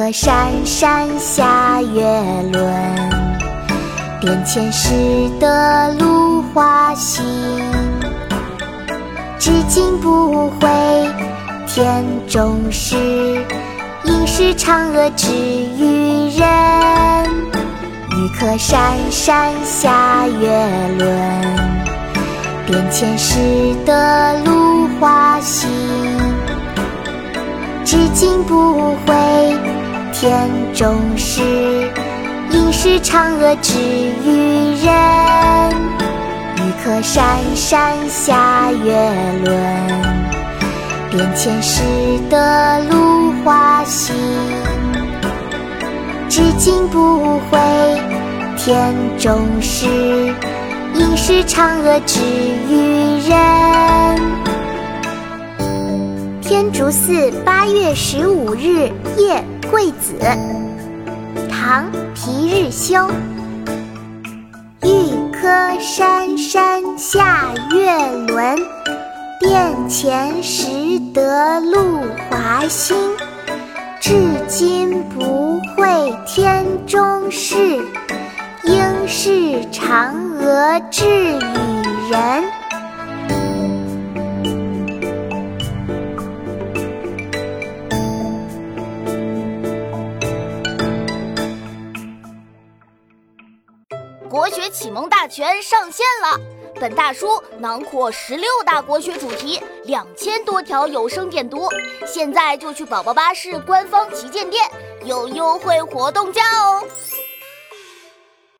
颗闪闪下月轮，殿前拾得芦花心。至今不悔田中事，应是嫦娥之于人。玉颗闪闪下月轮，殿前拾得芦花心。至今不悔田中事，应是嫦娥之于人。玉颗闪闪下月轮，殿前拾得芦花心。至今不悔田中事，应是嫦娥之于人。天竺寺8月15日夜桂子，唐·皮日休。玉颗闪闪下月轮，殿前拾得芦花心。至今不悔田中事，应是嫦娥之于人。 国学启蒙大全上线了！本大书囊括16大国学主题，2000多条有声点读。现在就去宝宝巴士官方旗舰店，有优惠活动价哦！